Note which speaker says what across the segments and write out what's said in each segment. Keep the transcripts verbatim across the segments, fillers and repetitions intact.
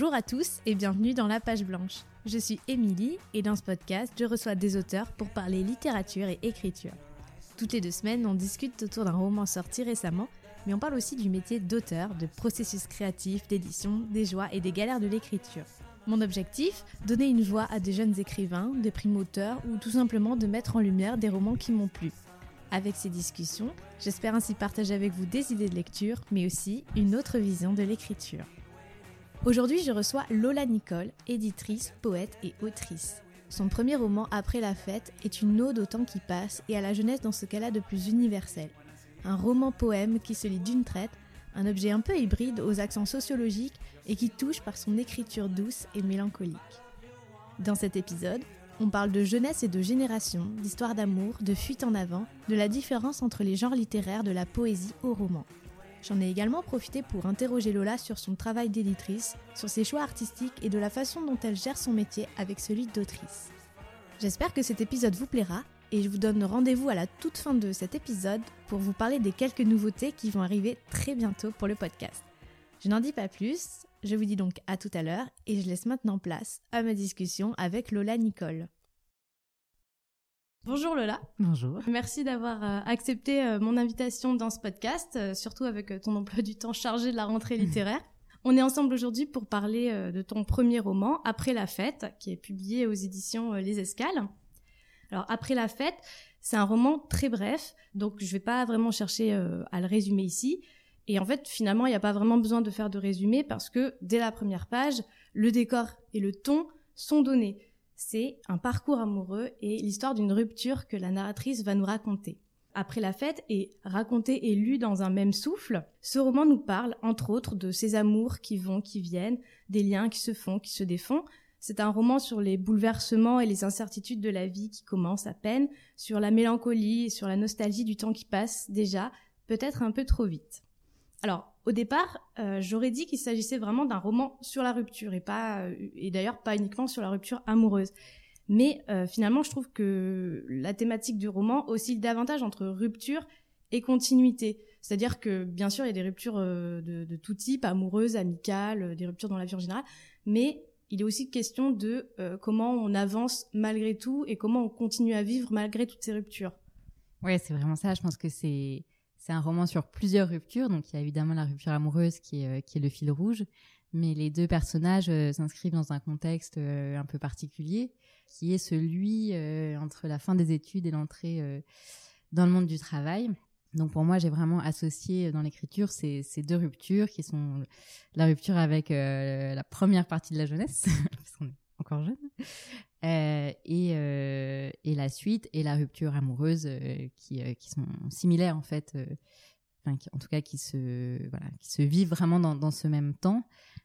Speaker 1: Bonjour à tous et bienvenue dans La Page Blanche. Je suis Émilie et dans ce podcast, je reçois des auteurs pour parler littérature et écriture. Toutes les deux semaines, on discute autour d'un roman sorti récemment, mais on parle aussi du métier d'auteur, de processus créatif, d'édition, des joies et des galères de l'écriture. Mon objectif, donner une voix à des jeunes écrivains, des primo-auteurs ou tout simplement de mettre en lumière des romans qui m'ont plu. Avec ces discussions, j'espère ainsi partager avec vous des idées de lecture, mais aussi une autre vision de l'écriture. Aujourd'hui, je reçois Lola Nicole, éditrice, poète et autrice. Son premier roman, Après la fête, est une ode au temps qui passe et à la jeunesse dans ce qu'elle a de plus universel. Un roman-poème qui se lit d'une traite, un objet un peu hybride aux accents sociologiques et qui touche par son écriture douce et mélancolique. Dans cet épisode, on parle de jeunesse et de génération, d'histoire d'amour, de fuite en avant, de la différence entre les genres littéraires de la poésie au roman. J'en ai également profité pour interroger Lola sur son travail d'éditrice, sur ses choix artistiques et de la façon dont elle gère son métier avec celui d'autrice. J'espère que cet épisode vous plaira et je vous donne rendez-vous à la toute fin de cet épisode pour vous parler des quelques nouveautés qui vont arriver très bientôt pour le podcast. Je n'en dis pas plus, je vous dis donc à tout à l'heure et je laisse maintenant place à ma discussion avec Lola Nicole. Bonjour Lola.
Speaker 2: Bonjour.
Speaker 1: Merci d'avoir euh, accepté euh, mon invitation dans ce podcast, euh, surtout avec euh, ton emploi du temps chargé de la rentrée littéraire. On est ensemble aujourd'hui pour parler euh, de ton premier roman, Après la fête, qui est publié aux éditions euh, Les Escales. Alors Après la fête, c'est un roman très bref, donc je vais pas vraiment chercher euh, à le résumer ici. Et en fait, finalement, il n'y a pas vraiment besoin de faire de résumé parce que dès la première page, le décor et le ton sont donnés. C'est un parcours amoureux et l'histoire d'une rupture que la narratrice va nous raconter. Après la fête et raconté et lu dans un même souffle, ce roman nous parle, entre autres, de ces amours qui vont, qui viennent, des liens qui se font, qui se défont. C'est un roman sur les bouleversements et les incertitudes de la vie qui commence à peine, sur la mélancolie et sur la nostalgie du temps qui passe déjà, peut-être un peu trop vite. Alors, au départ, euh, j'aurais dit qu'il s'agissait vraiment d'un roman sur la rupture et pas, euh, et d'ailleurs pas uniquement sur la rupture amoureuse. Mais euh, finalement, je trouve que la thématique du roman oscille davantage entre rupture et continuité. C'est-à-dire que, bien sûr, il y a des ruptures euh, de, de tout type, amoureuses, amicales, euh, des ruptures dans la vie en général, mais il est aussi question de euh, comment on avance malgré tout et comment on continue à vivre malgré toutes ces ruptures.
Speaker 2: Ouais, c'est vraiment ça. Je pense que c'est c'est un roman sur plusieurs ruptures. Donc, il y a évidemment la rupture amoureuse qui est, euh, qui est le fil rouge. Mais les deux personnages euh, s'inscrivent dans un contexte euh, un peu particulier, qui est celui euh, entre la fin des études et l'entrée euh, dans le monde du travail. Donc, pour moi, j'ai vraiment associé dans l'écriture ces, ces deux ruptures qui sont la rupture avec euh, la première partie de la jeunesse, parce qu'on est encore jeune, euh, et, euh, et la suite, et la rupture amoureuse euh, qui, euh, qui sont similaires en fait, euh, enfin, qui, en tout cas qui se, voilà, qui se vivent vraiment dans, dans ce même temps.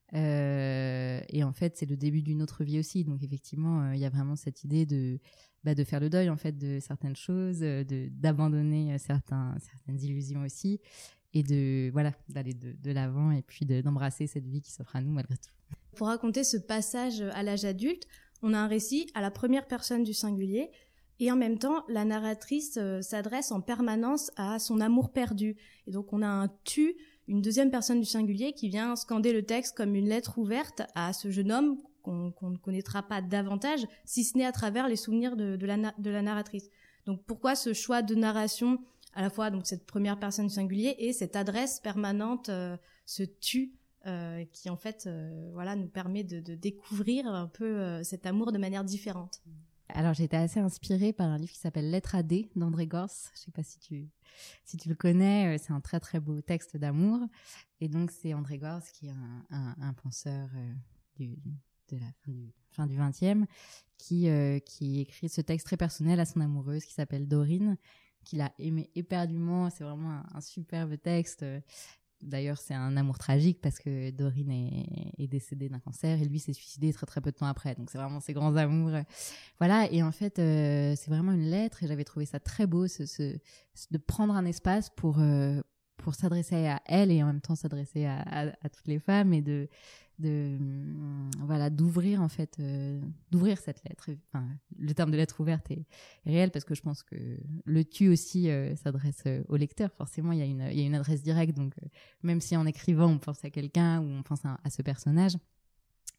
Speaker 2: Euh, et en fait, c'est le début d'une autre vie aussi. Donc effectivement, il euh, y a vraiment cette idée de, bah, de faire le deuil en fait de certaines choses, de, d'abandonner certains, certaines illusions aussi, et de, voilà, d'aller de, de l'avant et puis de, d'embrasser cette vie qui s'offre à nous malgré tout.
Speaker 1: Pour raconter ce passage à l'âge adulte, on a un récit à la première personne du singulier et en même temps, la narratrice euh, s'adresse en permanence à son amour perdu. Et donc, on a un « tu », une deuxième personne du singulier qui vient scander le texte comme une lettre ouverte à ce jeune homme qu'on, qu'on ne connaîtra pas davantage, si ce n'est à travers les souvenirs de, de, la, de la narratrice. Donc, pourquoi ce choix de narration, à la fois donc cette première personne du singulier et cette adresse permanente, euh, ce « tu » Euh, qui en fait euh, voilà, nous permet de, de découvrir un peu euh, cet amour de manière différente.
Speaker 2: Alors j'ai été assez inspirée par un livre qui s'appelle Lettre à D d'André Gorz. Je sais pas si tu si tu le connais, c'est un très très beau texte d'amour. Et donc c'est André Gorz qui est un, un, un penseur euh, du, de la fin du fin du vingtième qui euh, qui écrit ce texte très personnel à son amoureuse qui s'appelle Dorine, qu'il a aimé éperdument. C'est vraiment un, un superbe texte. D'ailleurs, c'est un amour tragique parce que Dorine est, est décédée d'un cancer et lui s'est suicidé très très peu de temps après. Donc c'est vraiment ces grands amours. Voilà. Et en fait, euh, c'est vraiment une lettre et j'avais trouvé ça très beau, ce, ce, de prendre un espace pour euh, pour s'adresser à elle et en même temps s'adresser à, à, à toutes les femmes et de de voilà d'ouvrir en fait euh, d'ouvrir cette lettre. Enfin, le terme de lettre ouverte est, est réel parce que je pense que le tu aussi euh, s'adresse euh, au lecteur. Forcément, il y a une il y a une adresse directe, donc euh, même si en écrivant on pense à quelqu'un ou on pense à, à ce personnage,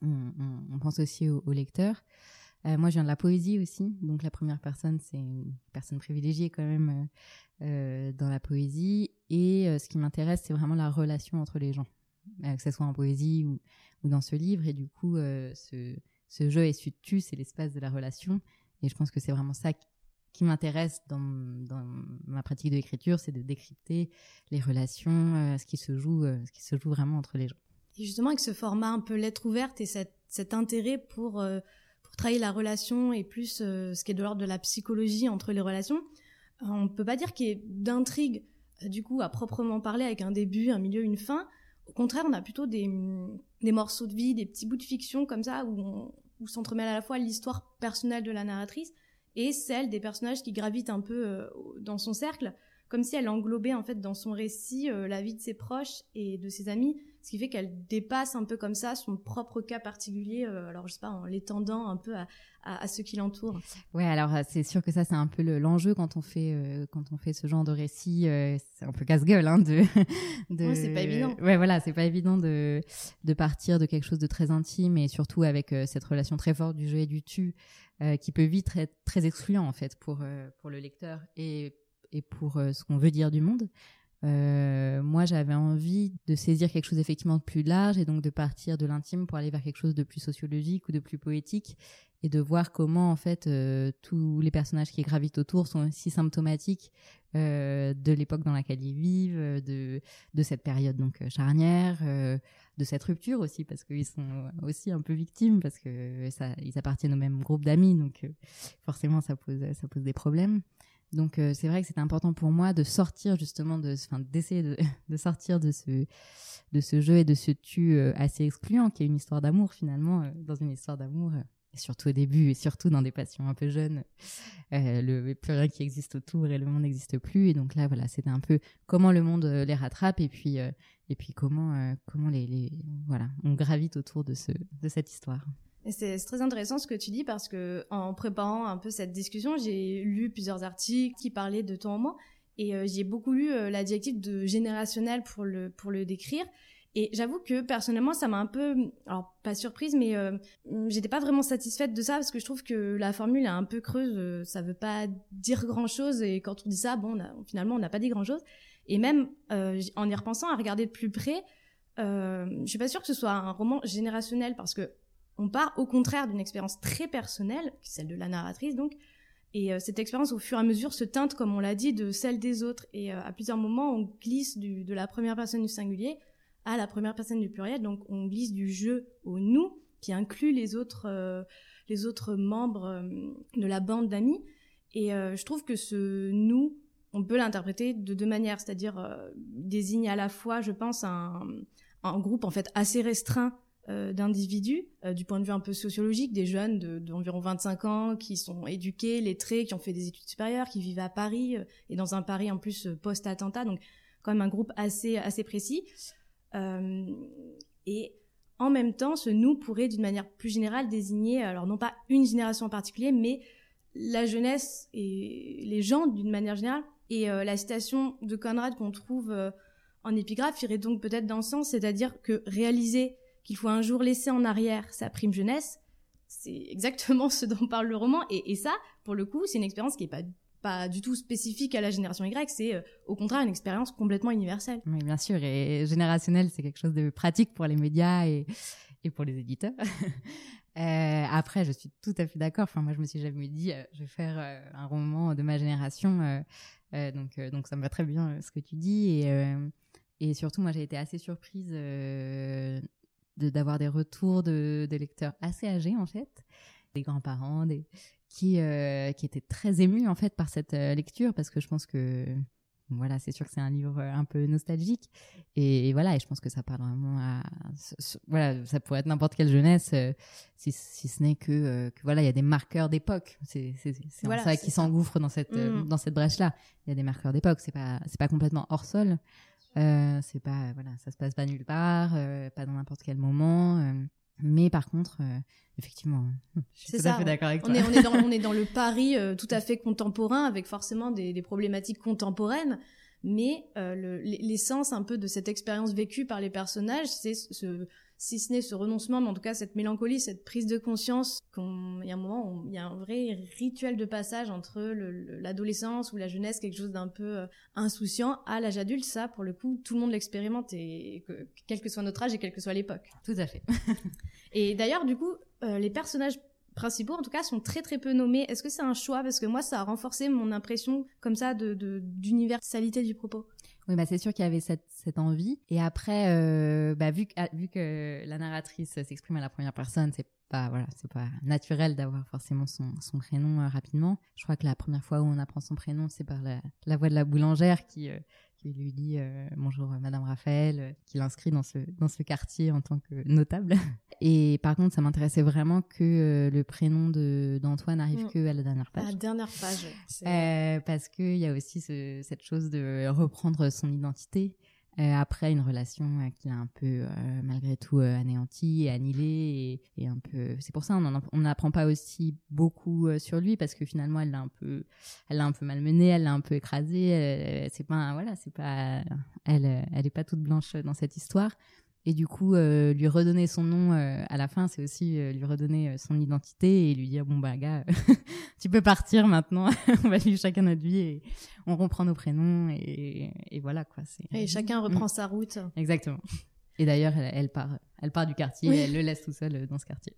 Speaker 2: on, on, on pense aussi au, au lecteur. Euh, moi, je viens de la poésie aussi, donc la première personne, c'est une personne privilégiée quand même euh, euh, dans la poésie. Et euh, ce qui m'intéresse, c'est vraiment la relation entre les gens, euh, que ce soit en poésie ou, ou dans ce livre. Et du coup, euh, ce, ce jeu et ce tu, c'est l'espace de la relation. Et je pense que c'est vraiment ça qui, qui m'intéresse dans, dans ma pratique de l'écriture, c'est de décrypter les relations, euh, ce qui se joue, euh, ce qui se joue vraiment entre les gens.
Speaker 1: Et justement, avec ce format un peu lettre ouverte et cette, cet intérêt pour... Euh, pour travailler la relation et plus euh, ce qui est de l'ordre de la psychologie entre les relations, euh, on ne peut pas dire qu'il y ait d'intrigue, euh, du coup, à proprement parler, avec un début, un milieu, une fin. Au contraire, on a plutôt des, des morceaux de vie, des petits bouts de fiction comme ça, où, on, où s'entremêle à la fois l'histoire personnelle de la narratrice et celle des personnages qui gravitent un peu euh, dans son cercle, comme si elle englobait en fait dans son récit euh, la vie de ses proches et de ses amis, ce qui fait qu'elle dépasse un peu comme ça son propre cas particulier, euh, alors je sais pas, en l'étendant un peu à, à, à ceux qui l'entourent.
Speaker 2: Ouais, alors c'est sûr que ça c'est un peu le, l'enjeu quand on fait euh, quand on fait ce genre de récit, euh, c'est un peu casse-gueule hein, de, de...
Speaker 1: Ouais, c'est pas évident.
Speaker 2: Ouais, voilà, c'est pas évident de de partir de quelque chose de très intime et surtout avec euh, cette relation très forte du jeu et du tu, euh, qui peut vite être très excluant en fait pour euh, pour le lecteur et et pour euh, ce qu'on veut dire du monde. Euh, moi, j'avais envie de saisir quelque chose effectivement de plus large et donc de partir de l'intime pour aller vers quelque chose de plus sociologique ou de plus poétique et de voir comment en fait euh, tous les personnages qui gravitent autour sont aussi symptomatiques euh, de l'époque dans laquelle ils vivent, de de cette période donc charnière, euh, de cette rupture aussi parce qu'ils sont aussi un peu victimes parce que ça ils appartiennent au même groupe d'amis donc euh, forcément ça pose ça pose des problèmes. Donc euh, c'est vrai que c'était important pour moi de sortir justement de, enfin d'essayer de, de sortir de ce de ce jeu et de ce tu euh, assez excluant qui est une histoire d'amour finalement euh, dans une histoire d'amour euh, et surtout au début et surtout dans des passions un peu jeunes, euh, le plus rien qui existe autour et le monde n'existe plus et donc là voilà c'était un peu comment le monde euh, les rattrape et puis euh, et puis comment euh, comment les, les voilà on gravite autour de ce de cette histoire.
Speaker 1: Et c'est, c'est très intéressant ce que tu dis parce que en préparant un peu cette discussion, j'ai lu plusieurs articles qui parlaient de ton roman et euh, j'ai beaucoup lu euh, l'adjectif de générationnel pour le pour le décrire. Et j'avoue que personnellement, ça m'a un peu, alors pas surprise, mais euh, j'étais pas vraiment satisfaite de ça parce que je trouve que la formule est un peu creuse. Euh, ça veut pas dire grand chose et quand on dit ça, bon, on a, finalement, on n'a pas dit grand chose. Et même euh, en y repensant, à regarder de plus près, euh, je suis pas sûre que ce soit un roman générationnel parce que on part au contraire d'une expérience très personnelle, celle de la narratrice donc, et euh, cette expérience au fur et à mesure se teinte, comme on l'a dit, de celle des autres. Et euh, à plusieurs moments, on glisse du, de la première personne du singulier à la première personne du pluriel, donc on glisse du je au nous, qui inclut les autres, euh, les autres membres euh, de la bande d'amis. Et euh, je trouve que ce nous, on peut l'interpréter de deux manières, c'est-à-dire euh, désigne à la fois, je pense, un, un groupe en fait assez restreint Euh, d'individus, euh, du point de vue un peu sociologique, des jeunes de, d'environ vingt-cinq ans qui sont éduqués, lettrés, qui ont fait des études supérieures, qui vivent à Paris, euh, et dans un Paris en plus euh, post-attentat, donc quand même un groupe assez, assez précis. Euh, et en même temps, ce nous pourrait d'une manière plus générale désigner, alors non pas une génération en particulier, mais la jeunesse et les gens d'une manière générale. Et euh, la citation de Conrad qu'on trouve euh, en épigraphe irait donc peut-être dans ce sens, c'est-à-dire que réaliser qu'il faut un jour laisser en arrière sa prime jeunesse, c'est exactement ce dont parle le roman. Et, et ça, pour le coup, c'est une expérience qui n'est pas, pas du tout spécifique à la génération Y, c'est euh, au contraire une expérience complètement universelle.
Speaker 2: Oui, bien sûr, et générationnel, c'est quelque chose de pratique pour les médias et, et pour les éditeurs. euh, après, je suis tout à fait d'accord. Enfin, moi, je me suis jamais dit, euh, je vais faire euh, un roman de ma génération. Euh, euh, donc, euh, donc, ça me va très bien euh, ce que tu dis. Et, euh, et surtout, moi, j'ai été assez surprise... Euh, de d'avoir des retours de, de lecteurs assez âgés en fait, des grands-parents, des qui euh, qui étaient très émus en fait par cette euh, lecture parce que je pense que voilà c'est sûr que c'est un livre un peu nostalgique et, et voilà et je pense que ça parle vraiment à ce, ce, voilà ça pourrait être n'importe quelle jeunesse euh, si si ce n'est que, euh, que voilà il y a des marqueurs d'époque c'est c'est c'est voilà, ça qui ça. s'engouffre dans cette mmh. euh, dans cette brèche là il y a des marqueurs d'époque c'est pas c'est pas complètement hors sol. Euh, c'est pas voilà ça se passe pas nulle part euh, pas dans n'importe quel moment euh, mais par contre euh, effectivement je suis
Speaker 1: c'est
Speaker 2: tout
Speaker 1: ça,
Speaker 2: à fait d'accord avec
Speaker 1: on
Speaker 2: toi
Speaker 1: est, on est dans on est dans le Paris euh, tout à fait contemporain avec forcément des, des problématiques contemporaines mais euh, le, l'essence un peu de cette expérience vécue par les personnages c'est ce si ce n'est ce renoncement, mais en tout cas cette mélancolie, cette prise de conscience qu'il y a un moment, il y a un vrai rituel de passage entre le, le, l'adolescence ou la jeunesse, quelque chose d'un peu euh, insouciant, à l'âge adulte. Ça, pour le coup, tout le monde l'expérimente, et, et que, quel que soit notre âge et quelle que soit l'époque.
Speaker 2: Tout à fait.
Speaker 1: Et d'ailleurs, du coup, euh, les personnages principaux, en tout cas, sont très très peu nommés. Est-ce que c'est un choix? Parce que moi, ça a renforcé mon impression, comme ça, de, de, d'universalité du propos.
Speaker 2: Oui, bah c'est sûr qu'il y avait cette, cette envie. Et après, euh, bah, vu, que, vu que la narratrice s'exprime à la première personne, c'est pas, voilà, c'est pas naturel d'avoir forcément son, son prénom euh, rapidement. Je crois que la première fois où on apprend son prénom, c'est par la, la voix de la boulangère qui, euh, qui lui dit euh, « Bonjour Madame Raphaël euh, », qui l'inscrit dans ce, dans ce quartier en tant que notable. Et par contre, ça m'intéressait vraiment que euh, le prénom de, d'Antoine arrive mmh. que à la dernière page.
Speaker 1: À la dernière page, c'est...
Speaker 2: Euh, parce qu'il y a aussi ce, cette chose de reprendre son identité euh, après une relation euh, qu'il a un peu, euh, malgré tout, euh, anéantie et annihilée. Et, et un peu... C'est pour ça qu'on n'apprend pas aussi beaucoup euh, sur lui, parce que finalement, elle l'a un peu, elle l'a un peu malmené, elle l'a un peu écrasé. Elle, c'est pas, voilà, c'est pas, elle, elle est pas toute blanche dans cette histoire. Et du coup, euh, lui redonner son nom euh, à la fin, c'est aussi euh, lui redonner euh, son identité et lui dire, bon bah gars, tu peux partir maintenant, on va vivre chacun notre vie et on reprend nos prénoms et, et voilà quoi. C'est...
Speaker 1: Et chacun reprend mmh. sa route.
Speaker 2: Exactement. Et d'ailleurs, elle, elle, part, elle part du quartier, oui. Et elle le laisse tout seul dans ce quartier.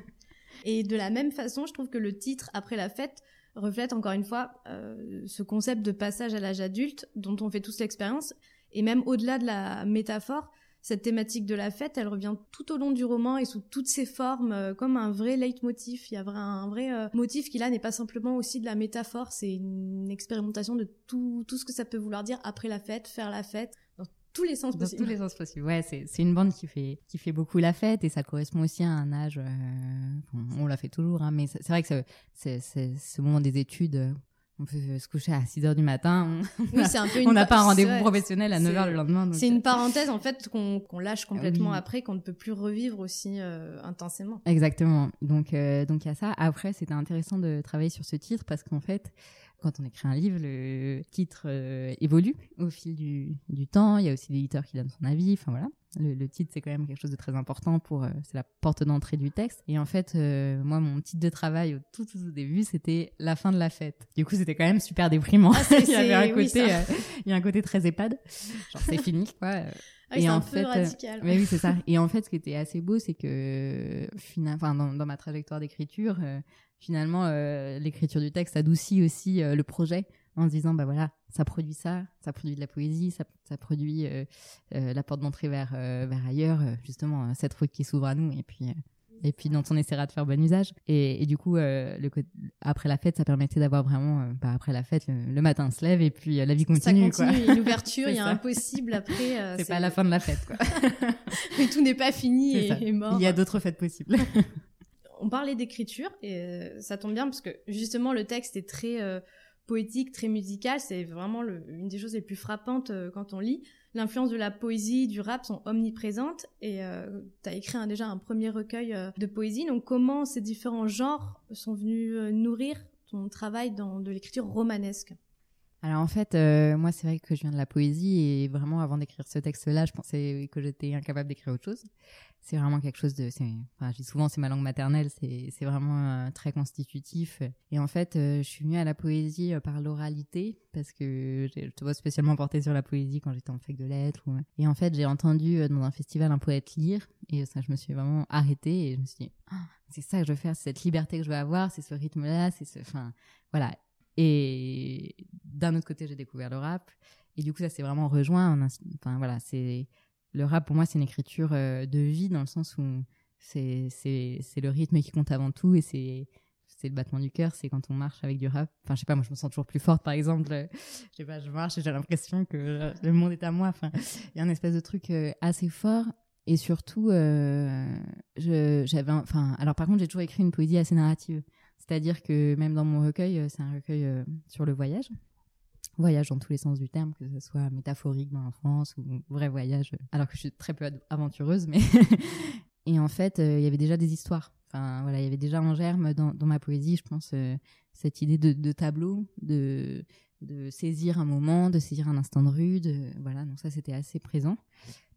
Speaker 1: Et de la même façon, je trouve que le titre, Après la fête, reflète encore une fois euh, ce concept de passage à l'âge adulte dont on fait tous l'expérience. Et même au-delà de la métaphore, cette thématique de la fête, elle revient tout au long du roman et sous toutes ses formes, euh, comme un vrai leitmotiv. Il y a un vrai euh, motif qui, là, n'est pas simplement aussi de la métaphore, c'est une expérimentation de tout, tout ce que ça peut vouloir dire après la fête, faire la fête, dans tous les sens
Speaker 2: dans
Speaker 1: possibles.
Speaker 2: Dans tous les sens possibles, ouais, c'est, c'est une bande qui fait, qui fait beaucoup la fête, et ça correspond aussi à un âge, euh, on, on l'a fait toujours, hein, mais c'est, c'est vrai que c'est, c'est, c'est ce moment des études... Euh, on peut se coucher à six heures du matin. On
Speaker 1: oui, c'est un peu une
Speaker 2: n'a pas un rendez-vous
Speaker 1: ouais,
Speaker 2: professionnel à neuf heures le lendemain. Donc...
Speaker 1: C'est une parenthèse, en fait, qu'on, qu'on lâche complètement
Speaker 2: oui.
Speaker 1: après, qu'on ne peut plus revivre aussi euh, intensément.
Speaker 2: Exactement. Donc, euh, donc il y a ça. Après, c'était intéressant de travailler sur ce titre parce qu'en fait, quand on écrit un livre, le titre euh, évolue au fil du, du temps. Il y a aussi l'éditeur qui donne son avis. Enfin, voilà. Le, le titre, c'est quand même quelque chose de très important pour, euh, c'est la porte d'entrée du texte. Et en fait, euh, moi, mon titre de travail au tout, tout au début, c'était la fin de la fête. Du coup, c'était quand même super déprimant. Ah, c'est, il y avait un côté, oui, euh, il y a un côté très EHPAD. Genre, c'est fini, quoi.
Speaker 1: Ah, et c'est en un fait, peu radical.
Speaker 2: Euh, mais oui, c'est ça. Et en fait, ce qui était assez beau, c'est que, fina- enfin, dans, dans ma trajectoire d'écriture, euh, finalement, euh, l'écriture du texte adoucit aussi euh, le projet, en se disant, bah voilà, ça produit ça, ça produit de la poésie, ça, ça produit euh, euh, la porte d'entrée vers, euh, vers ailleurs, euh, justement, euh, cette route qui s'ouvre à nous, et puis, euh, et puis dont on essaiera de faire bon usage. Et, et du coup, euh, le, après la fête, ça permettait d'avoir vraiment, euh, bah, après la fête, le, le matin on se lève, et puis euh, la vie continue.
Speaker 1: Ça continue,
Speaker 2: quoi.
Speaker 1: Une ouverture, il y a un possible après. Euh,
Speaker 2: c'est, c'est pas la fin de la fête, quoi.
Speaker 1: Mais tout n'est pas fini et, et mort.
Speaker 2: Il y a d'autres fêtes possibles.
Speaker 1: On parlait d'écriture, et euh, ça tombe bien, parce que justement, le texte est très... Euh, poétique, très musicale, c'est vraiment le, une des choses les plus frappantes euh, quand on lit. L'influence de la poésie, du rap sont omniprésentes, et euh, tu as écrit un, déjà un premier recueil euh, de poésie, donc comment ces différents genres sont venus euh, nourrir ton travail dans de l'écriture romanesque?
Speaker 2: Alors en fait, euh, moi c'est vrai que je viens de la poésie, et vraiment avant d'écrire ce texte-là, je pensais que j'étais incapable d'écrire autre chose. C'est vraiment quelque chose de... C'est, enfin, je dis souvent, c'est ma langue maternelle, c'est, c'est vraiment euh, très constitutif. Et en fait, euh, je suis venue à la poésie euh, par l'oralité, parce que je te vois spécialement portée sur la poésie quand j'étais en fac de lettres. Ou... Et en fait, j'ai entendu euh, dans un festival un poète lire, et ça, je me suis vraiment arrêtée, et je me suis dit, oh, c'est ça que je veux faire, c'est cette liberté que je veux avoir, c'est ce rythme-là, c'est ce... Enfin, voilà. Et d'un autre côté, j'ai découvert le rap, et du coup, ça s'est vraiment rejoint. En... Enfin, voilà, c'est... Le rap, pour moi, c'est une écriture euh, de vie, dans le sens où c'est, c'est, c'est le rythme qui compte avant tout, et c'est, c'est le battement du cœur, c'est quand on marche avec du rap. Enfin, je sais pas, moi, je me sens toujours plus forte, par exemple. Euh, je sais pas, je marche et j'ai l'impression que euh, le monde est à moi. Enfin, il y a un espèce de truc euh, assez fort. Et surtout, euh, je, j'avais... Enfin, alors, par contre, j'ai toujours écrit une poésie assez narrative. C'est-à-dire que même dans mon recueil, c'est un recueil euh, sur le voyage. Voyage dans tous les sens du terme, que ce soit métaphorique dans l'enfance ou vrai voyage, alors que je suis très peu aventureuse, mais et en fait il euh, y avait déjà des histoires, enfin voilà, il y avait déjà en germe dans, dans ma poésie, je pense, euh, cette idée de, de tableau, de, de saisir un moment, de saisir un instant de rue, de, voilà, donc ça c'était assez présent.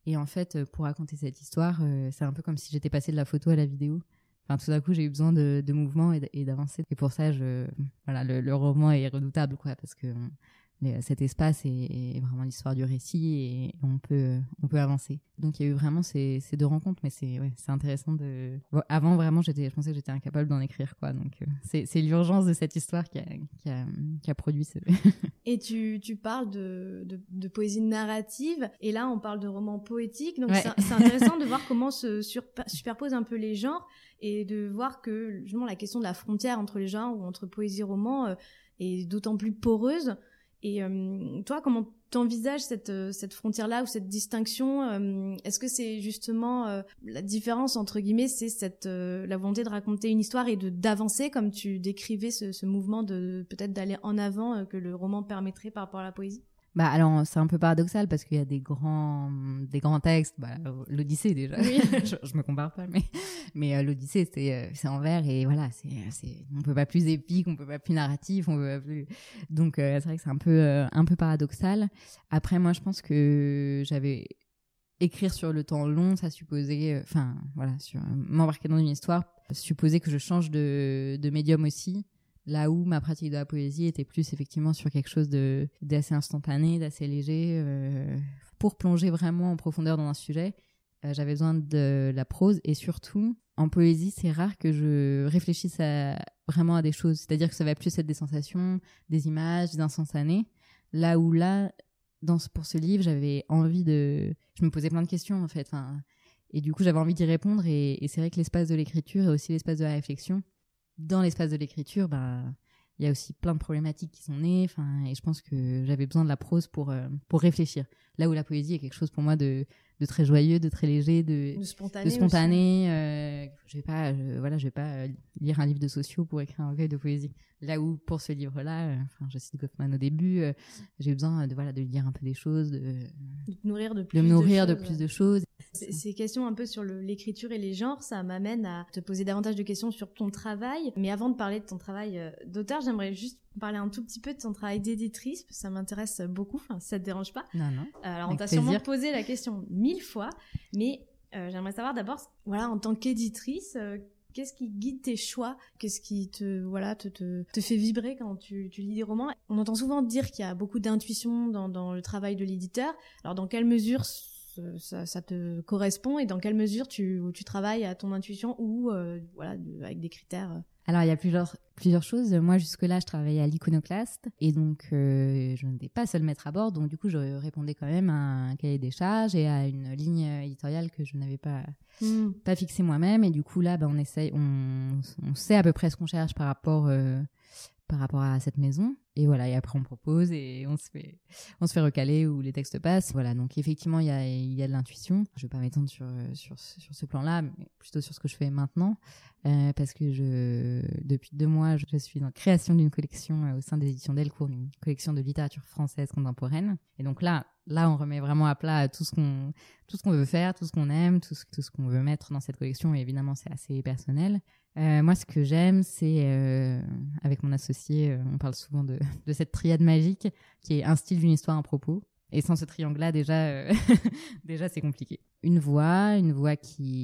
Speaker 2: Et en fait, pour raconter cette histoire, euh, c'est un peu comme si j'étais passée de la photo à la vidéo. Enfin, tout d'un coup, j'ai eu besoin de, de mouvement et, d- et d'avancer. Et pour ça, je, voilà, le, le roman est redoutable, quoi, parce que on- les- cet espace est, est vraiment l'histoire du récit et on peut, on peut avancer. Donc, il y a eu vraiment ces, ces deux rencontres, mais c'est, ouais, c'est intéressant de. Bon, avant, vraiment, j'étais, je pensais que j'étais incapable d'en écrire, quoi. Donc, euh, c'est, c'est l'urgence de cette histoire qui a, qui a, qui a produit ce.
Speaker 1: Et tu, tu parles de, de, de poésie narrative, et là on parle de roman poétique, donc
Speaker 2: Ouais.
Speaker 1: c'est, c'est intéressant de voir comment se surpa- superposent un peu les genres, et de voir que justement la question de la frontière entre les genres ou entre poésie et roman euh, est d'autant plus poreuse. Et euh, toi, comment t'envisages cette, euh, cette frontière-là ou cette distinction euh, Est-ce que c'est justement euh, la différence entre guillemets, c'est cette euh, la volonté de raconter une histoire et de d'avancer, comme tu décrivais ce, ce mouvement de peut-être d'aller en avant euh, que le roman permettrait par rapport à la poésie?
Speaker 2: Bah alors c'est un peu paradoxal parce qu'il y a des grands des grands textes, bah, l'Odyssée déjà.
Speaker 1: Oui.
Speaker 2: je, je me compare pas, mais mais euh, l'Odyssée c'est euh, c'est en vers et voilà c'est c'est on peut pas plus épique, on peut pas plus narratif, on peut pas plus. Donc euh, c'est vrai que c'est un peu euh, un peu paradoxal. Après moi je pense que j'avais écrire sur le temps long, ça supposait, enfin euh, voilà, sur euh, m'embarquer dans une histoire, supposait que je change de de médium aussi. Là où ma pratique de la poésie était plus effectivement sur quelque chose de d'assez instantané, d'assez léger. Euh, pour plonger vraiment en profondeur dans un sujet, euh, j'avais besoin de la prose et surtout, en poésie, c'est rare que je réfléchisse à, vraiment à des choses. C'est-à-dire que ça va plus être des sensations, des images, des instantanés. Là où là, dans ce, pour ce livre, j'avais envie de... Je me posais plein de questions en fait. Enfin, et du coup, j'avais envie d'y répondre et, et c'est vrai que l'espace de l'écriture est aussi l'espace de la réflexion. Dans l'espace de l'écriture, bah, il y a aussi plein de problématiques qui sont nées, enfin, et je pense que j'avais besoin de la prose pour, euh, pour réfléchir. Là où la poésie est quelque chose pour moi de, de très joyeux, de très léger, de,
Speaker 1: De spontané.
Speaker 2: de spontané. Euh, je vais pas, je, voilà, je vais pas euh, lire un livre de sociaux pour écrire un recueil de poésie. Là où pour ce livre-là, euh, enfin, je cite Goffman au début, euh, j'ai eu besoin de, voilà, de lire un peu des choses, de,
Speaker 1: de te nourrir de plus
Speaker 2: de me nourrir
Speaker 1: de,
Speaker 2: de, plus de choses.
Speaker 1: Ces, ces questions un peu sur le, l'écriture et les genres, ça m'amène à te poser davantage de questions sur ton travail. Mais avant de parler de ton travail euh, d'auteur, j'aimerais juste parler un tout petit peu de ton travail d'éditrice, parce que ça m'intéresse beaucoup, enfin, si ça te dérange pas.
Speaker 2: Non, non.
Speaker 1: Euh, alors,
Speaker 2: Avec
Speaker 1: on t'a
Speaker 2: plaisir.
Speaker 1: sûrement posé la question mille fois, mais euh, j'aimerais savoir d'abord, voilà, en tant qu'éditrice, euh, qu'est-ce qui guide tes choix? Qu'est-ce qui te, voilà, te, te, te fait vibrer quand tu, tu lis des romans? On entend souvent dire qu'il y a beaucoup d'intuition dans, dans le travail de l'éditeur. Alors, dans quelle mesure ça, ça te correspond et dans quelle mesure tu, tu travailles à ton intuition ou euh, voilà, de, avec des critères?
Speaker 2: Alors, il y a plusieurs, plusieurs choses. Moi, jusque-là, je travaillais à l'Iconoclaste et donc euh, je n'étais pas seule maître à bord. Donc, du coup, je répondais quand même à un cahier des charges et à une ligne éditoriale que je n'avais pas, mmh. pas fixée moi-même. Et du coup, là, bah, on, essaye, on, on sait à peu près ce qu'on cherche par rapport, euh, par rapport à cette maison. Et voilà, et après, on propose et on se fait, on se fait recaler où les textes passent. Voilà, donc effectivement, il y a, il y a de l'intuition. Je ne vais pas m'étendre sur, sur, sur ce plan-là, mais plutôt sur ce que je fais maintenant. Euh, parce que je, depuis deux mois, je suis dans la création d'une collection euh, au sein des éditions Delcourt, une collection de littérature française contemporaine. Et donc là, là, on remet vraiment à plat tout ce qu'on, tout ce qu'on veut faire, tout ce qu'on aime, tout ce, tout ce qu'on veut mettre dans cette collection. Et évidemment, c'est assez personnel. Euh, moi, ce que j'aime, c'est, euh, avec mon associé, euh, on parle souvent de, de cette triade magique qui est un style, une histoire, un propos. Et sans ce triangle-là, déjà, euh, déjà, c'est compliqué. Une voix, une voix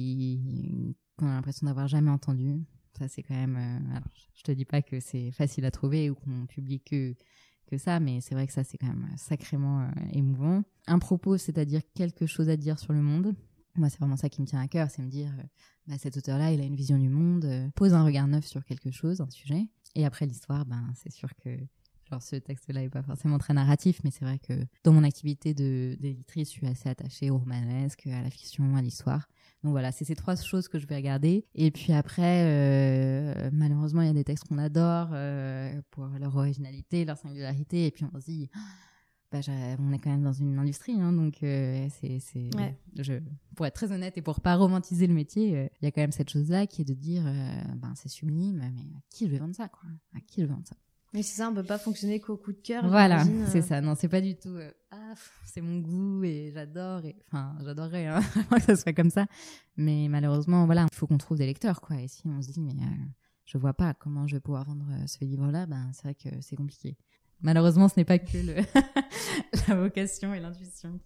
Speaker 2: qui, qu'on a l'impression d'avoir jamais entendue. Ça, c'est quand même. Euh, alors, je te dis pas que c'est facile à trouver ou qu'on publie que que ça, mais c'est vrai que ça, c'est quand même sacrément euh, émouvant. Un propos, c'est-à-dire quelque chose à dire sur le monde. Moi, c'est vraiment ça qui me tient à cœur, c'est me dire, euh, bah, cet auteur-là, il a une vision du monde, euh, pose un regard neuf sur quelque chose, un sujet. Et après l'histoire, ben, c'est sûr que genre, ce texte-là n'est pas forcément très narratif, mais c'est vrai que dans mon activité de, d'éditrice, je suis assez attachée au romanesque, à la fiction, à l'histoire. Donc voilà, c'est ces trois choses que je vais regarder. Et puis après, euh, malheureusement, il y a des textes qu'on adore euh, pour leur originalité, leur singularité. Et puis on se dit, bah, on est quand même dans une industrie, hein, donc euh, c'est, c'est
Speaker 1: ouais.
Speaker 2: je, pour être très honnête et pour pas romantiser le métier, il euh, y a quand même cette chose-là qui est de dire, euh, ben c'est sublime, mais à qui je vais vendre ça, quoi? À qui je vais vendre ça?
Speaker 1: Mais c'est ça, on peut pas fonctionner qu'au coup de cœur.
Speaker 2: Voilà,
Speaker 1: euh...
Speaker 2: c'est ça. Non, c'est pas du tout. Euh, ah, c'est mon goût et j'adore. Et enfin, j'adorerais hein, que ça soit comme ça. Mais malheureusement, voilà, il faut qu'on trouve des lecteurs, quoi. Et si on se dit, mais euh, je vois pas comment je vais pouvoir vendre euh, ce livre-là, ben c'est vrai que c'est compliqué. Malheureusement, ce n'est pas que le la vocation et l'intuition qui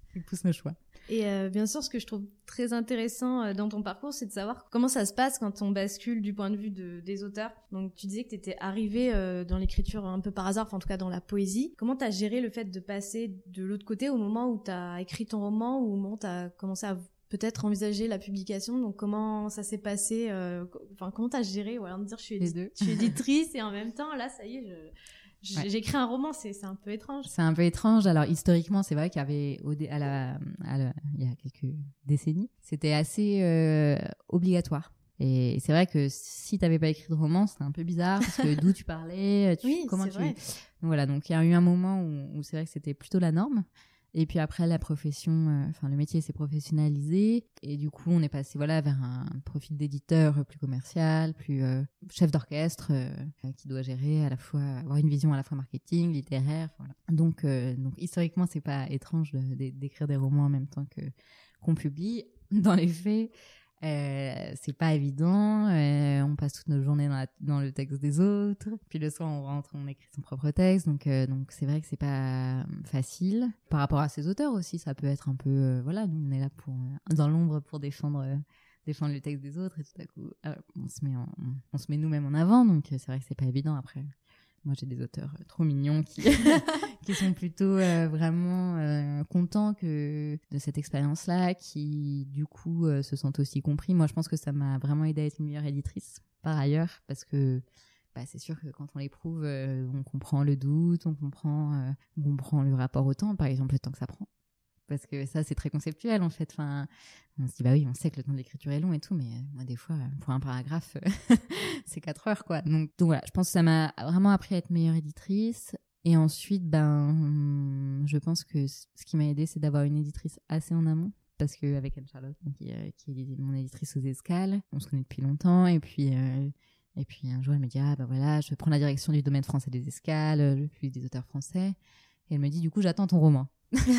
Speaker 2: il pousse nos choix.
Speaker 1: Et euh, bien sûr, ce que je trouve très intéressant euh, dans ton parcours, c'est de savoir comment ça se passe quand on bascule du point de vue de, des auteurs. Donc, tu disais que tu étais arrivée euh, dans l'écriture un peu par hasard, enfin en tout cas dans la poésie. Comment tu as géré le fait de passer de l'autre côté au moment où tu as écrit ton roman ou au moment où tu as commencé à peut-être envisager la publication? Donc, comment ça s'est passé euh, Enfin, comment tu as géré voilà, de dire je suis, édi- je suis éditrice et en même temps, là, ça y est, je... Ouais. J'écris un roman, c'est, c'est un peu étrange.
Speaker 2: C'est un peu étrange. Alors, historiquement, c'est vrai qu'il y avait, au dé, à la, à la, il y a quelques décennies, c'était assez euh, obligatoire. Et c'est vrai que si tu n'avais pas écrit de roman, c'était un peu bizarre, parce que d'où tu parlais, tu,
Speaker 1: oui,
Speaker 2: comment
Speaker 1: c'est
Speaker 2: tu...
Speaker 1: vrai.
Speaker 2: Donc, voilà, donc il y a eu un moment où, où c'est vrai que c'était plutôt la norme. Et puis après, la profession, enfin euh, le métier s'est professionnalisé. Et du coup, on est passé voilà, vers un profil d'éditeur plus commercial, plus euh, chef d'orchestre, euh, qui doit gérer à la fois, avoir une vision à la fois marketing, littéraire. Voilà. Donc, euh, donc historiquement, c'est pas étrange de, de, d'écrire des romans en même temps que, qu'on publie. Dans les faits, Euh, c'est pas évident, euh, on passe toute notre journée dans, la, dans le texte des autres, puis le soir on rentre, on écrit son propre texte, donc euh, donc c'est vrai que c'est pas facile. Par rapport à ses auteurs aussi, ça peut être un peu, euh, voilà, nous on est là pour euh, dans l'ombre pour défendre euh, défendre le texte des autres, et tout à coup euh, on se met en, on, on se met nous-mêmes en avant, donc c'est vrai que c'est pas évident après. Moi, j'ai des auteurs euh, trop mignons qui, qui sont plutôt euh, vraiment euh, contents que de cette expérience-là, qui, du coup, euh, se sentent aussi compris. Moi, je pense que ça m'a vraiment aidé à être une meilleure éditrice, par ailleurs, parce que bah, c'est sûr que quand on l'éprouve, euh, on comprend le doute, on comprend, euh, on comprend le rapport au temps, par exemple, le temps que ça prend. Parce que ça, c'est très conceptuel, en fait. Enfin, on se dit, bah oui, on sait que le temps de l'écriture est long et tout, mais euh, moi, des fois, pour un paragraphe, c'est quatre heures, quoi. Donc, donc voilà, je pense que ça m'a vraiment appris à être meilleure éditrice. Et ensuite, ben, je pense que ce qui m'a aidée, c'est d'avoir une éditrice assez en amont. Parce qu'avec Anne-Charlotte, qui, euh, qui est mon éditrice aux Escales, on se connaît depuis longtemps. Et puis, euh, et puis un jour, elle me dit, ah, bah voilà, je prends la direction du domaine français des Escales, je publie des auteurs français. Et elle me dit, du coup, j'attends ton roman.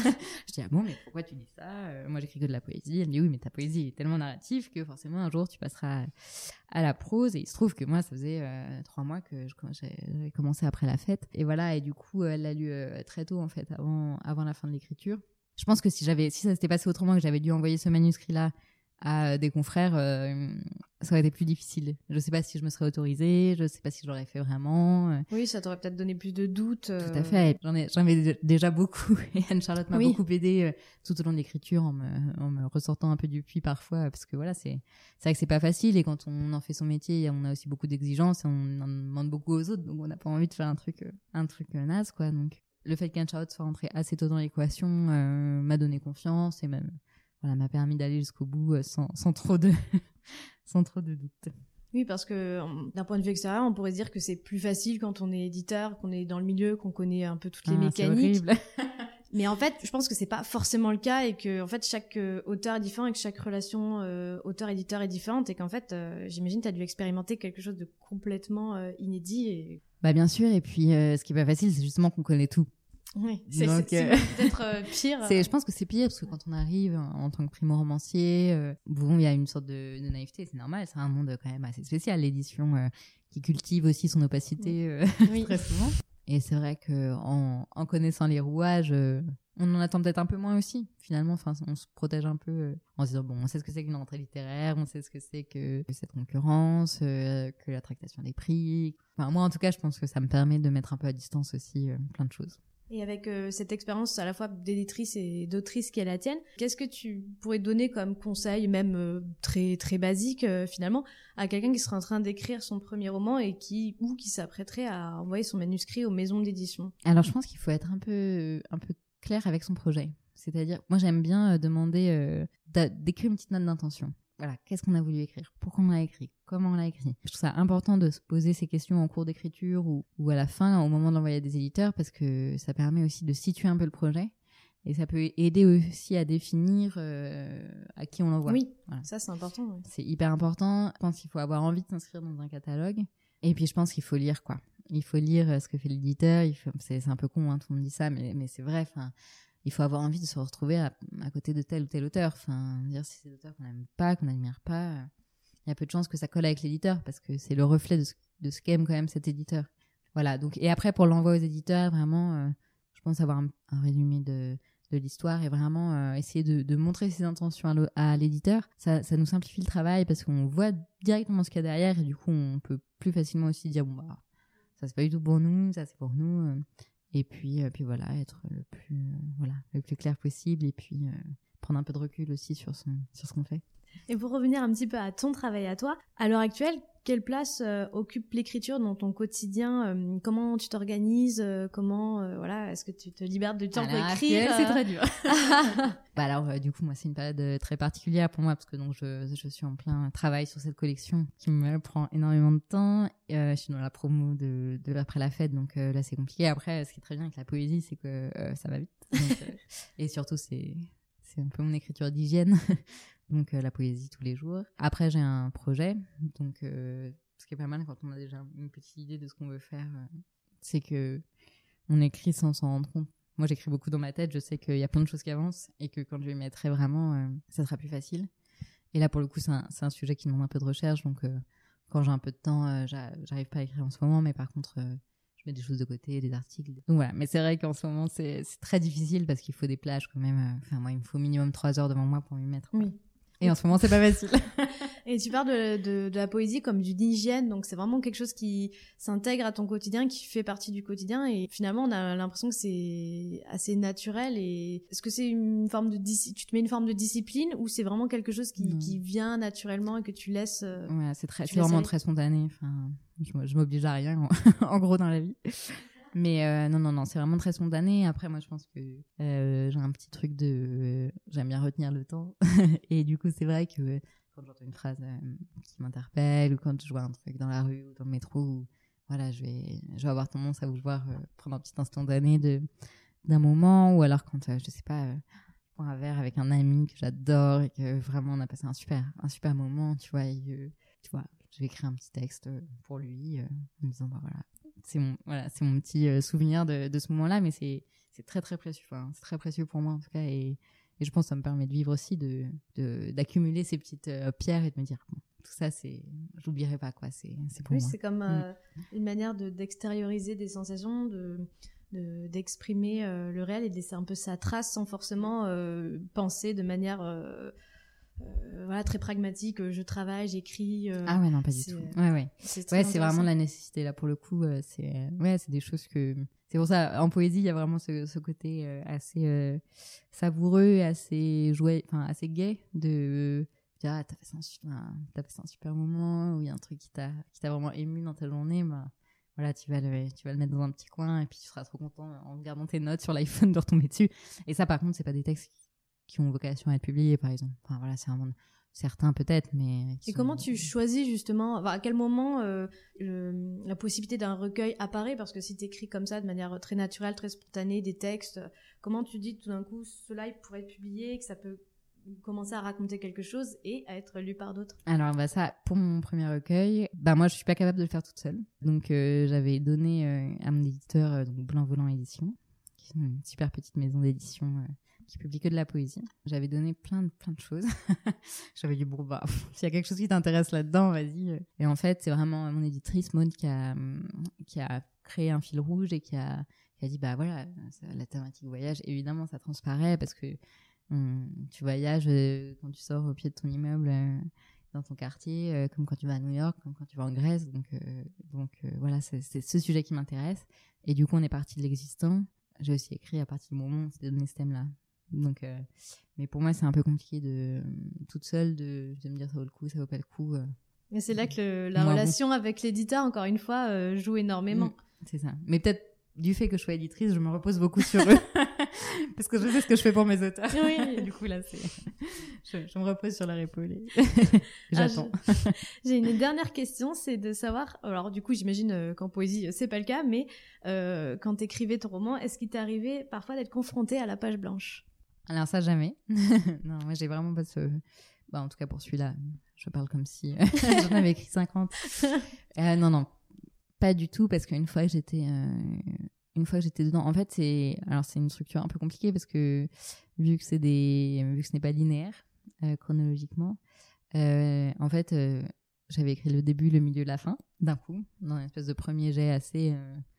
Speaker 2: Je dis, ah bon, mais pourquoi tu dis ça? euh, Moi, j'écris que de la poésie. Elle me dit, oui, mais ta poésie est tellement narrative que forcément, un jour, tu passeras à la prose. Et il se trouve que moi, ça faisait euh, trois mois que je, j'avais commencé après la fête. Et voilà, et du coup, elle l'a lu euh, très tôt, en fait, avant, avant la fin de l'écriture. Je pense que si, j'avais, si ça s'était passé autrement, que j'avais dû envoyer ce manuscrit-là à des confrères, euh, ça aurait été plus difficile. Je sais pas si je me serais autorisée, je sais pas si je l'aurais fait vraiment.
Speaker 1: Oui, ça t'aurait peut-être donné plus de doutes. Euh...
Speaker 2: Tout à fait. J'en ai, j'en ai déjà beaucoup. Et Anne-Charlotte m'a
Speaker 1: oui.
Speaker 2: beaucoup aidée euh, tout au long de l'écriture en me, en me ressortant un peu du puits parfois, parce que voilà, c'est, c'est vrai que c'est pas facile. Et quand on en fait son métier, on a aussi beaucoup d'exigences et on en demande beaucoup aux autres, donc on n'a pas envie de faire un truc, un truc naze, quoi. Donc, le fait qu'Anne-Charlotte soit rentrée assez tôt dans l'équation euh, m'a donné confiance et même, voilà, m'a permis d'aller jusqu'au bout euh, sans, sans trop de, sans trop de doutes.
Speaker 1: Oui, parce que d'un point de vue extérieur, on pourrait dire que c'est plus facile quand on est éditeur, qu'on est dans le milieu, qu'on connaît un peu toutes les
Speaker 2: ah,
Speaker 1: mécaniques.
Speaker 2: C'est horrible.
Speaker 1: Mais en fait, je pense que c'est pas forcément le cas et que en fait chaque euh, auteur est différent et que chaque relation euh, auteur-éditeur est différente et qu'en fait, euh, j'imagine, tu as dû expérimenter quelque chose de complètement euh, inédit. Et...
Speaker 2: Bah bien sûr. Et puis, euh, ce qui est pas facile, c'est justement qu'on connaît tout.
Speaker 1: Oui, c'est,
Speaker 2: Donc,
Speaker 1: c'est,
Speaker 2: euh...
Speaker 1: c'est peut-être euh, pire.
Speaker 2: C'est, je pense que c'est pire parce que quand on arrive en, en tant que primo-romancier, euh, bon, il y a une sorte de, de naïveté, c'est normal, c'est un monde quand même assez spécial, l'édition euh, qui cultive aussi son opacité euh,
Speaker 1: oui.
Speaker 2: très souvent. Et c'est vrai que en, en connaissant les rouages, euh, on en attend peut-être un peu moins aussi. Finalement, enfin, on se protège un peu euh, en se disant bon, on sait ce que c'est qu'une rentrée littéraire, on sait ce que c'est que, que cette concurrence, euh, que la tractation des prix. Enfin, moi, en tout cas, je pense que ça me permet de mettre un peu à distance aussi euh, plein de choses.
Speaker 1: Et avec euh, cette expérience à la fois d'éditrice et d'autrice qui est la tienne, qu'est-ce que tu pourrais donner comme conseil, même euh, très très basique euh, finalement, à quelqu'un qui serait en train d'écrire son premier roman et qui ou qui s'apprêterait à envoyer son manuscrit aux maisons d'édition?
Speaker 2: Alors je pense qu'il faut être un peu un peu clair avec son projet. C'est-à-dire, moi j'aime bien euh, demander euh, d'écrire une petite note d'intention. Voilà, qu'est-ce qu'on a voulu écrire? Pourquoi on l'a écrit? Comment on l'a écrit? Je trouve ça important de se poser ces questions en cours d'écriture ou, ou à la fin, au moment de l'envoyer à des éditeurs, parce que ça permet aussi de situer un peu le projet et ça peut aider aussi à définir euh, à qui on l'envoie.
Speaker 1: Oui,
Speaker 2: voilà.
Speaker 1: Ça c'est important. Oui.
Speaker 2: C'est hyper important. Je pense qu'il faut avoir envie de s'inscrire dans un catalogue et puis je pense qu'il faut lire, quoi. Il faut lire ce que fait l'éditeur. Il faut... c'est, c'est un peu con, hein, tout le monde dit ça, mais, mais c'est vrai. Enfin. Il faut avoir envie de se retrouver à, à côté de tel ou tel auteur. Enfin, dire si c'est des auteurs qu'on n'aime pas, qu'on n'admire pas, il y a peu de chances que ça colle avec l'éditeur parce que c'est le reflet de ce, de ce qu'aime quand même cet éditeur. Voilà. Donc, et après, pour l'envoi aux éditeurs, vraiment, euh, je pense avoir un, un résumé de, de l'histoire et vraiment euh, essayer de, de montrer ses intentions à, à l'éditeur, ça, ça nous simplifie le travail parce qu'on voit directement ce qu'il y a derrière et du coup on peut plus facilement aussi dire bon bah ça c'est pas du tout pour nous, ça c'est pour nous euh, et puis euh, puis voilà, être le plus euh, voilà le plus clair possible et puis euh, prendre un peu de recul aussi sur son sur ce qu'on fait.
Speaker 1: Et pour revenir un petit peu à ton travail à toi, à l'heure actuelle, quelle place euh, occupe l'écriture dans ton quotidien euh, Comment tu t'organises euh, Comment, euh, voilà, est-ce que tu te libères du temps pour écrire
Speaker 2: euh... C'est très dur. bah alors, euh, du coup, moi, c'est une période euh, très particulière pour moi parce que donc je, je suis en plein travail sur cette collection qui me prend énormément de temps. Euh, je suis dans la promo de, de après la fête, donc euh, là, c'est compliqué. Après, ce qui est très bien avec la poésie, c'est que euh, ça va vite. Donc, euh, et surtout, c'est c'est un peu mon écriture d'hygiène. Donc euh, la poésie tous les jours. Après j'ai un projet, donc euh, ce qui est pas mal quand on a déjà une petite idée de ce qu'on veut faire, euh, c'est que on écrit sans s'en rendre compte. Moi j'écris beaucoup dans ma tête, je sais qu'il y a plein de choses qui avancent et que quand je m'y mettrai vraiment, euh, ça sera plus facile. Et là pour le coup c'est un, c'est un sujet qui demande un peu de recherche, donc euh, quand j'ai un peu de temps, euh, j'arrive pas à écrire en ce moment, mais par contre euh, je mets des choses de côté, des articles. Donc voilà, mais c'est vrai qu'en ce moment c'est, c'est très difficile parce qu'il faut des plages quand même. Enfin euh, moi il me faut au minimum trois heures devant moi pour m'y mettre. Quoi.
Speaker 1: Oui.
Speaker 2: Et en ce moment, c'est pas facile.
Speaker 1: Et tu parles de, de, de la poésie comme d'une hygiène, donc c'est vraiment quelque chose qui s'intègre à ton quotidien, qui fait partie du quotidien, et finalement, on a l'impression que c'est assez naturel. Et est-ce que c'est une forme de tu te mets une forme de discipline ou c'est vraiment quelque chose qui, qui vient naturellement et que tu laisses euh,
Speaker 2: Ouais, c'est très, c'est vraiment aller. Très spontané. Enfin, je, je m'oblige à rien, en, en gros, dans la vie. Mais euh, non, non, non, c'est vraiment très spontané. Après, moi, je pense que euh, j'ai un petit truc de... Euh, j'aime bien retenir le temps. Et du coup, c'est vrai que quand j'entends une phrase euh, qui m'interpelle ou quand je vois un truc dans la rue ou dans le métro, où, voilà, je vais, je vais avoir tendance à vouloir euh, prendre un petit instantané de, d'un moment. Ou alors quand, euh, je sais pas, euh, je prends un verre avec un ami que j'adore et que vraiment on a passé un super, un super moment, tu vois, et, euh, tu vois, je vais écrire un petit texte pour lui euh, en me disant, bah voilà. C'est mon, voilà, c'est mon petit euh, souvenir de, de ce moment-là, mais c'est, c'est très très précieux. Enfin, c'est très précieux pour moi en tout cas, et, et je pense que ça me permet de vivre aussi, de, de d'accumuler ces petites euh, pierres et de me dire bon, tout ça, c'est, j'oublierai pas quoi. C'est, c'est pour
Speaker 1: oui,
Speaker 2: moi.
Speaker 1: Oui, c'est comme euh, mm. une manière de d'extérioriser des sensations, de, de d'exprimer euh, le réel et de laisser un peu sa trace sans forcément euh, penser de manière euh, Euh, voilà, très pragmatique, je travaille, j'écris. Euh,
Speaker 2: ah ouais, non, pas du tout. Ouais, ouais. C'est, ouais, c'est vraiment la nécessité là pour le coup. Euh, c'est, ouais, c'est des choses que. C'est pour ça, en poésie, il y a vraiment ce, ce côté euh, assez euh, savoureux, assez jouet, enfin assez gai de. Dire, ah, t'as passé un, enfin, t'as passé un super moment, ou il y a un truc qui t'a, qui t'a vraiment ému dans ta journée, bah. Voilà, tu vas, le, tu vas le mettre dans un petit coin et puis tu seras trop content en regardant tes notes sur l'iPhone de retomber dessus. Et ça, par contre, c'est pas des textes qui qui ont vocation à être publiés, par exemple. Enfin, voilà, c'est un monde certain peut-être, mais...
Speaker 1: Et sont... comment tu choisis, justement, enfin, à quel moment euh, le, la possibilité d'un recueil apparaît? Parce que si tu écris comme ça, de manière très naturelle, très spontanée, des textes, comment tu dis tout d'un coup, cela, il pourrait être publié, que ça peut commencer à raconter quelque chose et à être lu par d'autres?
Speaker 2: Alors, bah, ça, pour mon premier recueil, bah, moi, je suis pas capable de le faire toute seule. Donc, euh, j'avais donné euh, à mon éditeur, euh, donc Blanc Volant Édition, qui est une super petite maison d'édition... Euh, qui publie que de la poésie. J'avais donné plein de, plein de choses. J'avais dit, bon, bah, s'il y a quelque chose qui t'intéresse là-dedans, vas-y. Et en fait, c'est vraiment mon éditrice, Maud, qui a, qui a créé un fil rouge et qui a, qui a dit, bah voilà, la thématique voyage, évidemment, ça transparaît parce que hum, tu voyages euh, quand tu sors au pied de ton immeuble euh, dans ton quartier, euh, comme quand tu vas à New York, comme quand tu vas en Grèce. Donc, euh, donc euh, voilà, c'est, c'est ce sujet qui m'intéresse. Et du coup, on est parti de l'existant. J'ai aussi écrit à partir du moment où on s'est donné ce thème-là. Donc, euh, mais pour moi, c'est un peu compliqué de toute seule de, de me dire ça vaut le coup, ça vaut pas le coup. Euh.
Speaker 1: Et c'est là que le, la moi, relation bon. avec l'éditeur, encore une fois, euh, joue énormément.
Speaker 2: Mmh, c'est ça. Mais peut-être du fait que je sois éditrice, je me repose beaucoup sur eux parce que je sais ce que je fais pour mes auteurs.
Speaker 1: Oui.
Speaker 2: Et du coup là, c'est, je, je me repose sur leur épaule. Et... J'attends.
Speaker 1: Ah, je... J'ai une dernière question, c'est de savoir. Alors du coup, j'imagine euh, qu'en poésie, euh, c'est pas le cas, mais euh, quand t'écrivais ton roman, est-ce qu'il t'est arrivé parfois d'être confrontée à la page blanche?
Speaker 2: Alors ça, jamais. Non, moi, j'ai vraiment pas ce... Bah, en tout cas, pour celui-là, je parle comme si j'en avais écrit cinquante. Euh, non, non, pas du tout, parce qu'une fois que j'étais... Euh... Une fois que j'étais dedans... En fait, c'est... Alors, c'est une structure un peu compliquée, parce que vu que, c'est des... vu que ce n'est pas linéaire, euh, chronologiquement, euh, en fait, euh, j'avais écrit le début, le milieu, la fin, d'un coup, dans une espèce de premier jet assez... Euh...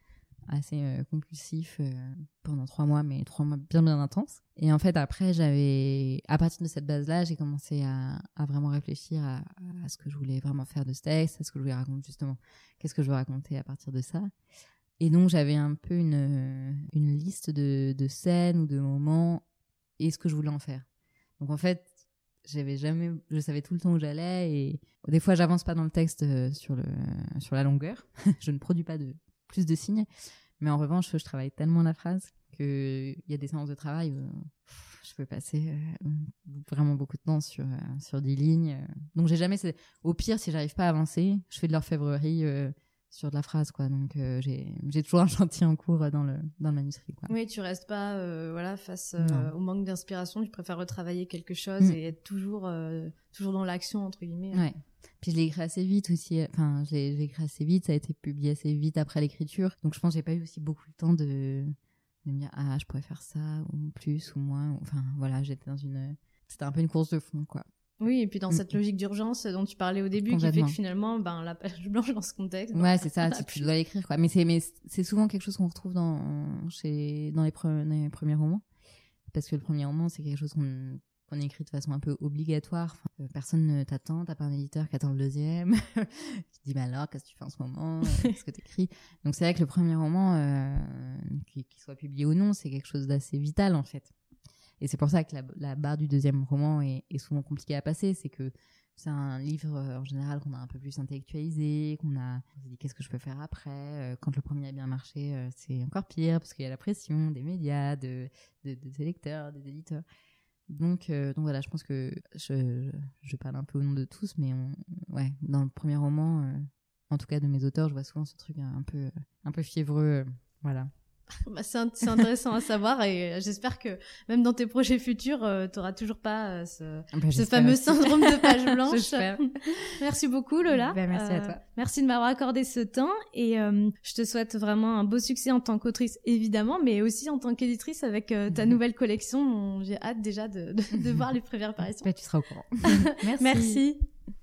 Speaker 2: assez euh, compulsif euh, pendant trois mois, mais trois mois bien bien intenses. Et en fait, après, j'avais, à partir de cette base-là, j'ai commencé à, à vraiment réfléchir à, à ce que je voulais vraiment faire de ce texte, à ce que je voulais raconter justement, qu'est-ce que je veux raconter à partir de ça. Et donc, j'avais un peu une, une liste de, de scènes ou de moments et ce que je voulais en faire. Donc, en fait, j'avais jamais, je savais tout le temps où j'allais et des fois, j'avance pas dans le texte sur, le, sur la longueur. Je ne produis pas de plus de signes. Mais en revanche, je travaille tellement la phrase qu'il y a des séances de travail où je peux passer euh, vraiment beaucoup de temps sur, euh, sur des lignes. Donc, j'ai jamais... Au pire, si j'arrive pas à avancer, je fais de l'orfèvrerie euh, sur de la phrase, quoi. Donc, euh, j'ai, j'ai toujours un chantier en cours dans le, dans le manuscrit, quoi.
Speaker 1: Oui, tu restes pas euh, voilà, face euh, au manque d'inspiration. Tu préfères retravailler quelque chose mmh. et être toujours, euh, toujours dans l'action, entre guillemets.
Speaker 2: Ouais. Puis je l'ai écrit assez vite aussi, enfin je l'ai, je l'ai écrit assez vite, ça a été publié assez vite après l'écriture, donc je pense que j'ai pas eu aussi beaucoup le temps de, de me dire ah je pourrais faire ça ou plus ou moins, enfin voilà, j'étais dans une, c'était un peu une course de fond quoi.
Speaker 1: Oui, et puis dans mmh. cette logique d'urgence dont tu parlais au début, qui fait que finalement, ben, la page blanche dans ce contexte.
Speaker 2: Ouais, c'est ça, tu, tu dois l'écrire, quoi. Mais c'est, mais c'est souvent quelque chose qu'on retrouve dans, chez, dans les, pre- les premiers romans. Parce que le premier roman, c'est quelque chose qu'on, qu'on écrit de façon un peu obligatoire. Enfin, personne ne t'attend, t'as pas un éditeur qui attend le deuxième. Tu te dis, bah alors, qu'est-ce que tu fais en ce moment? Qu'est-ce que t'écris? Donc c'est vrai que le premier roman, euh, qu'il, qu'il soit publié ou non, c'est quelque chose d'assez vital, en fait. Et c'est pour ça que la, la barre du deuxième roman est, est souvent compliquée à passer. C'est que c'est un livre, euh, en général, qu'on a un peu plus intellectualisé, qu'on a, on s'est dit qu'est-ce que je peux faire après. Euh, quand le premier a bien marché, euh, c'est encore pire parce qu'il y a la pression des médias, de, de, de, des lecteurs, des éditeurs. Donc, euh, donc voilà, je pense que je, je parle un peu au nom de tous, mais on, ouais, dans le premier roman, euh, en tout cas de mes auteurs, je vois souvent ce truc un peu, un peu fiévreux, euh, voilà.
Speaker 1: Bah c'est, c'est intéressant à savoir et j'espère que même dans tes projets futurs, euh, tu n'auras toujours pas euh, ce, bah, ce fameux aussi. Syndrome de page blanche. J'espère. Merci beaucoup Lola.
Speaker 2: Bah, merci
Speaker 1: euh,
Speaker 2: à toi.
Speaker 1: Merci de m'avoir accordé ce temps et euh, je te souhaite vraiment un beau succès en tant qu'autrice évidemment, mais aussi en tant qu'éditrice avec euh, ta mmh. nouvelle collection. J'ai hâte déjà de, de, de voir les premières apparitions.
Speaker 2: Bah, tu seras au courant. Merci.
Speaker 1: Merci.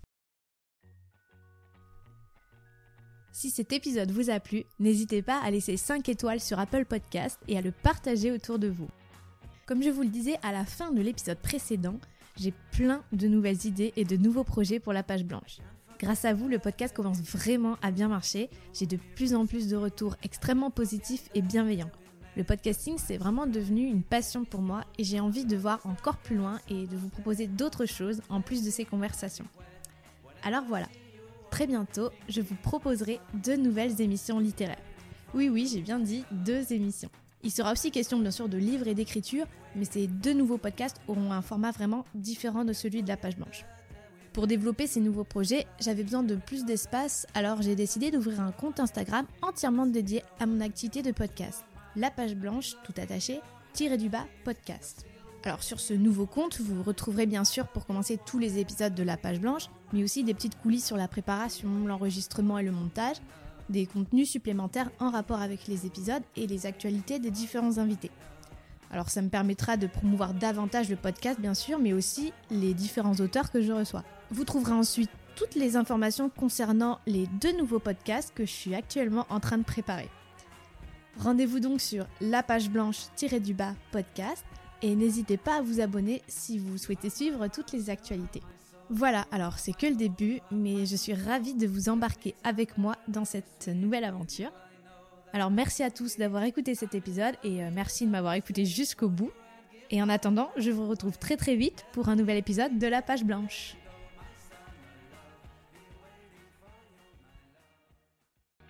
Speaker 1: Si cet épisode vous a plu, n'hésitez pas à laisser cinq étoiles sur Apple Podcast et à le partager autour de vous. Comme je vous le disais à la fin de l'épisode précédent, j'ai plein de nouvelles idées et de nouveaux projets pour la page blanche. Grâce à vous, le podcast commence vraiment à bien marcher. J'ai de plus en plus de retours extrêmement positifs et bienveillants. Le podcasting, c'est vraiment devenu une passion pour moi et j'ai envie de voir encore plus loin et de vous proposer d'autres choses en plus de ces conversations. Alors voilà. Très bientôt, je vous proposerai deux nouvelles émissions littéraires. Oui, oui, j'ai bien dit deux émissions. Il sera aussi question bien sûr de livres et d'écriture, mais ces deux nouveaux podcasts auront un format vraiment différent de celui de la page blanche. Pour développer ces nouveaux projets, j'avais besoin de plus d'espace, alors j'ai décidé d'ouvrir un compte Instagram entièrement dédié à mon activité de podcast. La page blanche, tout attaché, tiré du bas, podcast. Alors sur ce nouveau compte, vous retrouverez bien sûr pour commencer tous les épisodes de la page blanche, mais aussi des petites coulisses sur la préparation, l'enregistrement et le montage, des contenus supplémentaires en rapport avec les épisodes et les actualités des différents invités. Alors ça me permettra de promouvoir davantage le podcast bien sûr, mais aussi les différents auteurs que je reçois. Vous trouverez ensuite toutes les informations concernant les deux nouveaux podcasts que je suis actuellement en train de préparer. Rendez-vous donc sur la page blanche-du-bas podcast et n'hésitez pas à vous abonner si vous souhaitez suivre toutes les actualités. Voilà, alors c'est que le début, mais je suis ravie de vous embarquer avec moi dans cette nouvelle aventure. Alors merci à tous d'avoir écouté cet épisode et euh, merci de m'avoir écouté jusqu'au bout. Et en attendant, je vous retrouve très très vite pour un nouvel épisode de La Page Blanche.